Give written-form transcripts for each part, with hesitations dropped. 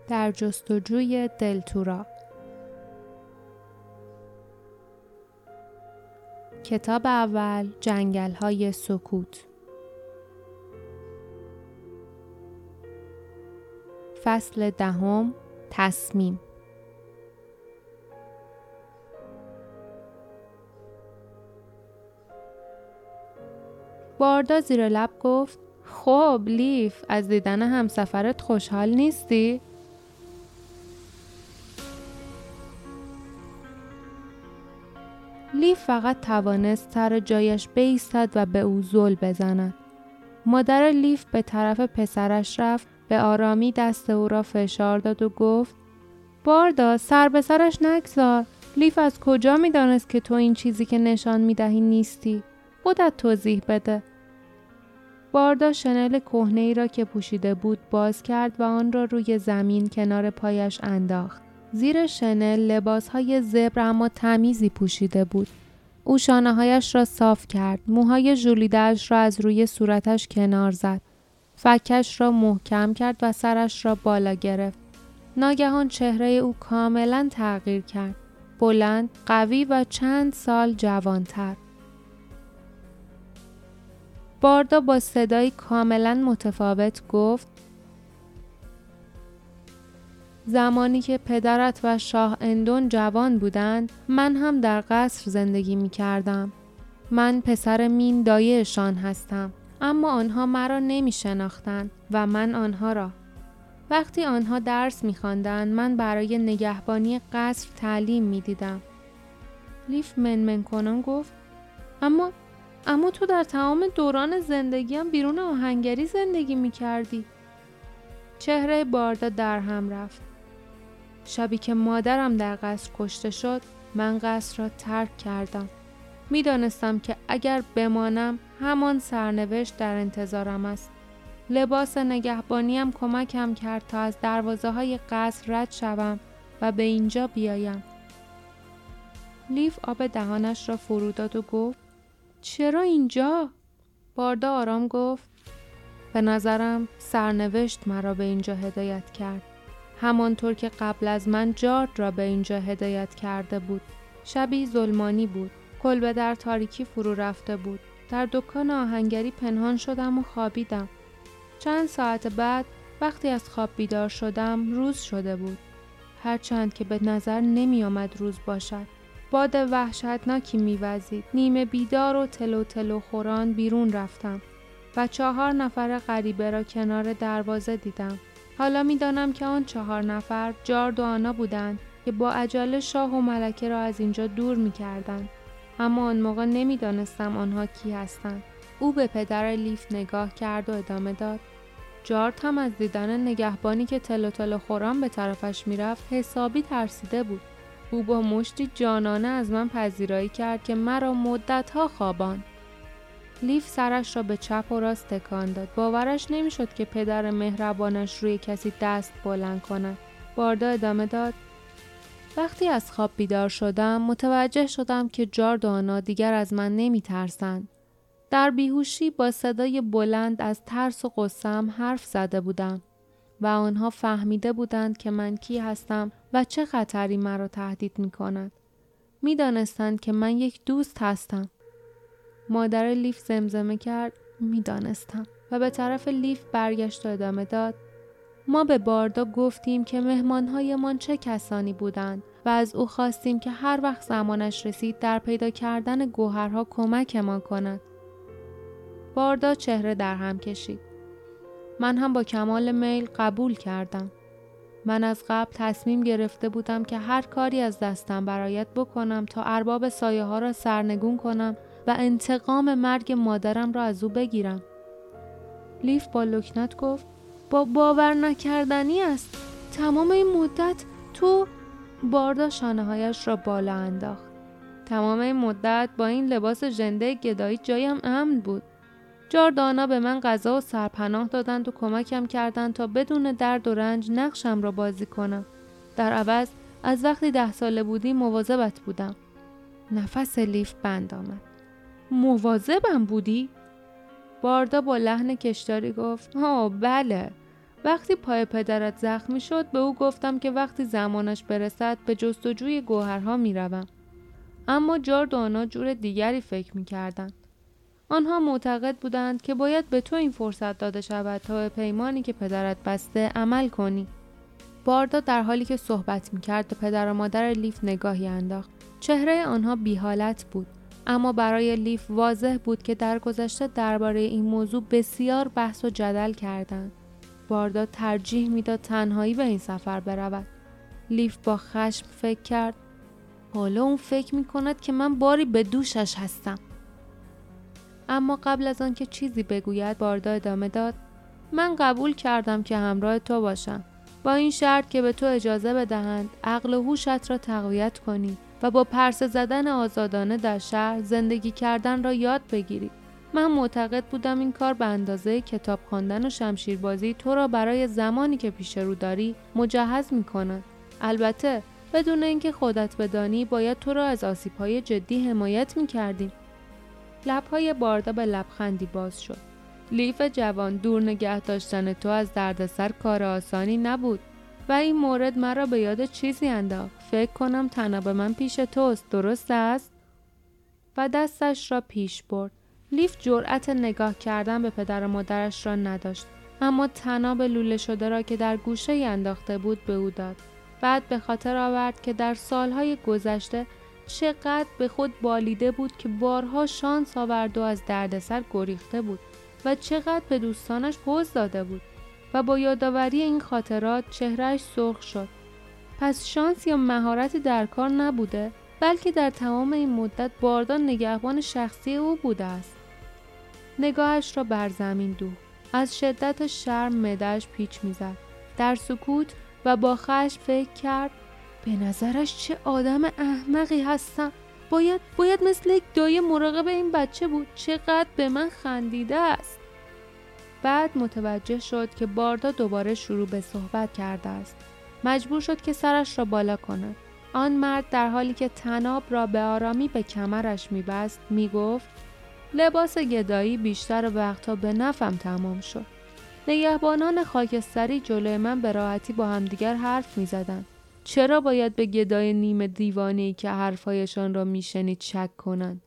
در جستجوی دلتورا. کتاب اول، جنگل‌های سکوت. فصل 10، تصمیم. باردا زیر لب گفت: خب لیف، از دیدن همسفرت خوشحال نیستی؟ لیف فقط توانست سر جایش بایستد و به او زل بزند. مادر لیف به طرف پسرش رفت، به آرامی دست او را فشار داد و گفت: باردا، سر به سرش نگذار. لیف از کجا می دانست که تو این چیزی که نشان می دهی نیستی؟ خودت توضیح بده. باردا شنل کهنه‌ای را که پوشیده بود باز کرد و آن را روی زمین کنار پایش انداخت. زیر شنل لباسهای زبر اما تمیزی پوشیده بود. او شانه‌هایش را صاف کرد، موهای ژولیده‌اش را از روی صورتش کنار زد. فکش را محکم کرد و سرش را بالا گرفت. ناگهان چهره او کاملاً تغییر کرد. بلند، قوی و چند سال جوان‌تر. باردا با صدایی کاملاً متفاوت گفت: زمانی که پدرت و شاه اندون جوان بودند، من هم در قصر زندگی می کردم. من پسر مین دایه‌شان هستم، اما آنها مرا نمی شناختند و من آنها را. وقتی آنها درس می خواندند، من برای نگهبانی قصر تعلیم می دیدم. لیف منمن کنان گفت: اما تو در تمام دوران زندگیم بیرون آهنگری زندگی می کردی. چهره باردا در هم رفت. شبی که مادرم در قصر کشته شد، من قصر را ترک کردم. می دانستم که اگر بمانم همان سرنوشت در انتظارم است. لباس نگهبانیم کمکم کرد تا از دروازه های قصر رد شوم و به اینجا بیایم. لیف آب دهانش را فرو داد و گفت: چرا اینجا؟ باردا آرام گفت: به نظرم سرنوشت مرا به اینجا هدایت کرد. همانطور که قبل از من جارد را به اینجا هدایت کرده بود. شبی ظلمانی بود. کلبه در تاریکی فرو رفته بود. در دکان آهنگری پنهان شدم و خوابیدم. چند ساعت بعد وقتی از خواب بیدار شدم روز شده بود. هرچند که به نظر نمی آمد روز باشد. باد وحشتناکی می وزید. نیمه بیدار و تلو تلو خوران بیرون رفتم و 4 نفر غریبه را کنار دروازه دیدم. حالا می دانم که آن 4 نفر جارد و آنا بودند که با عجله شاه و ملکه را از اینجا دور می کردند. اما آن موقع نمی دانستم آنها کی هستند. او به پدر لیف نگاه کرد و ادامه داد: جارد هم از دیدن نگهبانی که تلو تلو خوران به طرفش می رفت حسابی ترسیده بود. او با مشتی جانانه از من پذیرایی کرد که مرا مدتها خواباند. لیف سرش را به چپ و راست تکان داد. باورش نمیشد که پدر مهربانش روی کسی دست بلند کند. باردا ادامه داد: وقتی از خواب بیدار شدم متوجه شدم که جارد و آنا دیگر از من نمی ترسند. در بیهوشی با صدای بلند از ترس و غصه‌ام حرف زده بودم و آنها فهمیده بودند که من کی هستم و چه خطری مرا تهدید می کند. می دانستند که من یک دوست هستم. مادر لیف زمزمه کرد: می دانستم، و به طرف لیف برگشت و ادامه داد: ما به باردا گفتیم که مهمانهایمان چه کسانی بودند و از او خواستیم که هر وقت زمانش رسید در پیدا کردن گوهرها کمکمان کند. باردا چهره در هم کشید. من هم با کمال میل قبول کردم. من از قبل تصمیم گرفته بودم که هر کاری از دستم برایت بکنم تا ارباب سایه ها را سرنگون کنم و انتقام مرگ مادرم را از او بگیرم. لیف با لکنت گفت: با باور نکردنی است. تمام این مدت تو... باردا شانه‌هایش را بالا انداخت. تمام این مدت با این لباس ژنده گدایی جایم امن بود. جاردانا به من غذا و سرپناه دادند و کمکم کردند تا بدون درد و رنج نقشم را بازی کنم. در عوض از وقتی 10 ساله بودی مواظبت بودم. نفس لیف بند آمد. مواظبم بودی؟ باردا با لحن کشداری گفت: بله. وقتی پای پدرت زخمی شد به او گفتم که وقتی زمانش برسد به جستجوی گوهرها میروم. اما جارد و آنها جور دیگری فکر میکردند. آنها معتقد بودند که باید به تو این فرصت داده شود تا به پیمانی که پدرت بسته عمل کنی. باردا در حالی که صحبت میکرد به پدر و مادر لیف نگاهی انداخت. چهره آنها بی حالت بود، اما برای لیف واضح بود که در گذشته درباره این موضوع بسیار بحث و جدل کردند. باردا ترجیح میداد تنهایی به این سفر برود. لیف با خشم فکر کرد حالا اون فکر میکند که من باری به دوشش هستم. اما قبل از آن که چیزی بگوید باردا ادامه داد من قبول کردم که همراه تو باشم، با این شرط که به تو اجازه بدهند عقل و هوشت را تقویت کنی و با پرسه زدن آزادانه در شهر زندگی کردن را یاد بگیری. من معتقد بودم این کار به اندازه کتاب خواندن و شمشیربازی تو را برای زمانی که پیش رو داری مجهز می‌کند. البته بدون اینکه خودت بدانی باید تو را از آسیب‌های جدی حمایت می‌کردیم. لب‌های باردا به لبخندی باز شد. لیف جوان، دور نگه داشتن تو از دردسر کار آسانی نبود و این مورد مرا به یاد چیزی انداخت. فکر کنم طناب من پیش توست، درست است؟ و دستش را پیش برد. لیف جرأت نگاه کردن به پدر و مادرش را نداشت، اما طناب لوله شده را که در گوشه انداخته بود به او داد. بعد به خاطر آورد که در سالهای گذشته چقدر به خود بالیده بود که بارها شانس آورد و از دردسر گریخته بود و چقدر به دوستانش پوز داده بود و با یادآوری این خاطرات چهرهش سرخ شد. پس شانس یا مهارتی در کار نبوده، بلکه در تمام این مدت باردا نگهبان شخصی او بوده است. نگاهش را بر زمین دوخت. از شدت شرم معده‌اش پیچ می‌زد. در سکوت و با خشم فکر کرد به نظرش چه آدم احمقی هستم. باید مثل یک دایه مراقب این بچه بود. چقدر به من خندیده است. بعد متوجه شد که باردا دوباره شروع به صحبت کرده است. مجبور شد که سرش را بالا کند. آن مرد در حالی که طناب را به آرامی به کمرش می‌بست میگفت لباس گدایی بیشتر وقتها به نفعم تمام شد. نگهبانان خاکستری جلوی من به راحتی با همدیگر حرف می‌زدند. چرا باید به گدای نیمه دیوانه‌ای که حرفایشان را میشنید شک کنند؟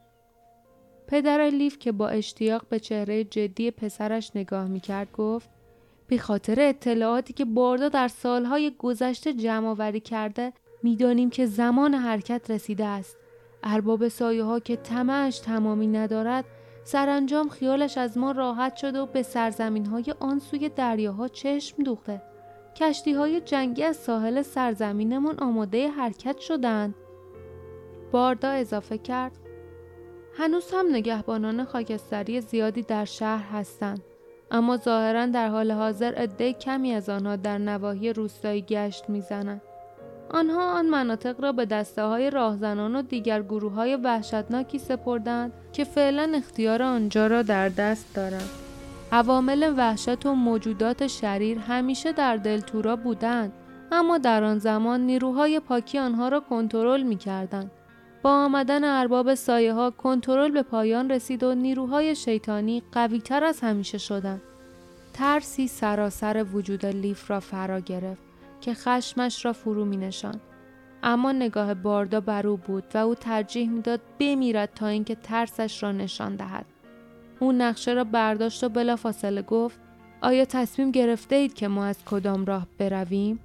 پدر لیف که با اشتیاق به چهره جدی پسرش نگاه میکرد گفت به خاطر اطلاعاتی که باردا در سالهای گذشته جمع‌آوری کرده میدانیم که زمان حرکت رسیده است. ارباب سایه‌ها که طمعش تمامی ندارد سرانجام خیالش از ما راحت شده و به سرزمین‌های آن سوی دریاها چشم دوخته. کشتی‌های جنگی از ساحل سرزمینمون آماده حرکت شدند. باردا اضافه کرد هنوز هم نگهبانان خاکستری زیادی در شهر هستند، اما ظاهراً در حال حاضر عده کمی از آنها در نواحی روستایی گشت می‌زنند. آنها آن مناطق را به دسته‌های راهزنان و دیگر گروه‌های وحشتناکی سپردند که فعلاً اختیار آنجا را در دست دارند. عوامل وحشت و موجودات شریر همیشه در دلتورا بودند، اما در آن زمان نیروهای پاکی آنها را کنترل می‌کردند. با آمدن ارباب سایه‌ها کنترل به پایان رسید و نیروهای شیطانی قوی‌تر از همیشه شدند. ترسی سراسر وجود لیف را فرا گرفت که خشمش را فرو می‌نشاند. اما نگاه باردا بر او بود و او ترجیح می‌داد بمیرد تا اینکه ترسش را نشان دهد. او نقشه را برداشت و بلافاصله گفت آیا تصمیم گرفته اید که ما از کدام راه برویم؟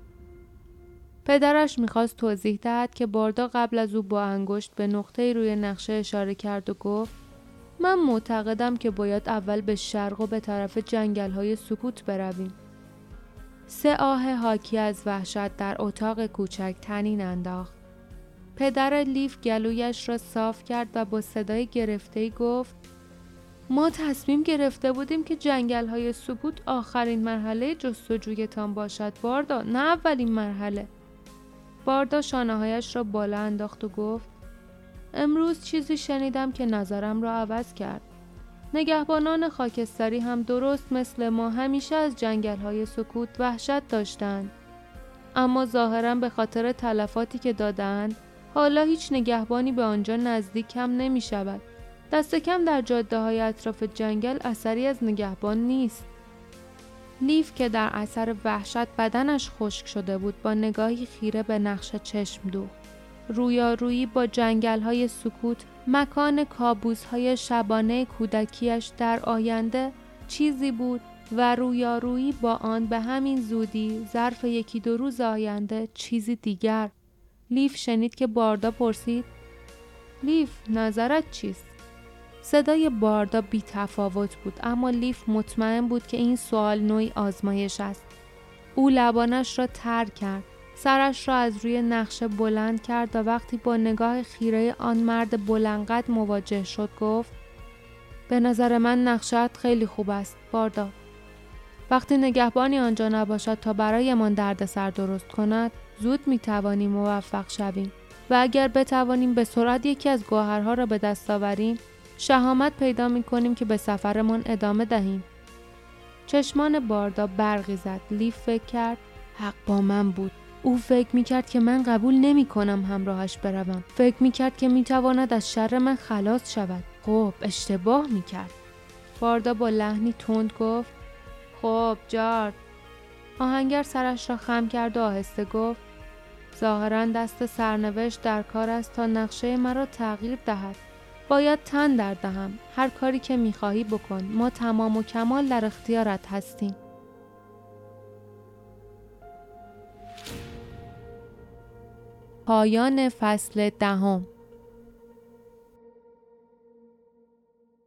پدرش می‌خواست توضیح دهد که باردا قبل از او با انگشت به نقطه‌ای روی نقشه اشاره کرد و گفت من معتقدم که باید اول به شرق و به طرف جنگل‌های سکوت برویم. 3 آه حاکی از وحشت در اتاق کوچک طنین انداخت. پدر لیف گلویش را صاف کرد و با صدای گرفته‌ای گفت ما تصمیم گرفته بودیم که جنگل‌های سکوت آخرین مرحله جستجویتان باشد باردا، نه اولین مرحله. باردا شانه‌هایش را بالا انداخت و گفت امروز چیزی شنیدم که نظرم را عوض کرد. نگهبانان خاکستری هم درست مثل ما همیشه از جنگل‌های سکوت وحشت داشتند، اما ظاهراً به خاطر تلفاتی که دادند حالا هیچ نگهبانی به آنجا نزدیک هم نمی شود. دست کم در جاده‌های اطراف جنگل اثری از نگهبان نیست. لیف که در اثر وحشت بدنش خشک شده بود با نگاهی خیره به نقشه چشم دوخت. رویارویی با جنگل‌های سکوت، مکان کابوس‌های شبانه کودکیش در آینده چیزی بود و رویارویی با آن به همین زودی ظرف 1-2 روز آینده چیزی دیگر. لیف شنید که باردا پرسید: لیف، نظرت چیست؟ صدای باردا بی تفاوت بود، اما لیف مطمئن بود که این سوال نوعی آزمایش است. او لبانش را تر کرد، سرش را از روی نقشه بلند کرد و وقتی با نگاه خیره آن مرد بلندقد مواجه شد گفت: به نظر من نقشه‌ات خیلی خوب است، باردا. وقتی نگهبانی آنجا نباشد تا برایمان دردسر درست کند، زود می‌توانیم موفق شویم و اگر بتوانیم به سرعت یکی از گوهرها را به دست آوریم، شهامت پیدا می‌کنیم که به سفرمان ادامه دهیم. چشمان باردا برقی زد. لیف فکر کرد حق با من بود. او فکر می‌کرد که من قبول نمی‌کنم همراهش بروم. فکر می‌کرد که می‌تواند از شر من خلاص شود. خب اشتباه می‌کرد. باردا با لحنی تند گفت: خب جارد. آهنگر سرش را خم کرد و آهسته گفت: ظاهراً دست سرنوشت در کار است تا نقشه مرا تغییر دهد. باید تن در دهم. هر کاری که می‌خواهی بکن. ما تمام و کمال در اختیارت هستیم. پایان فصل 10.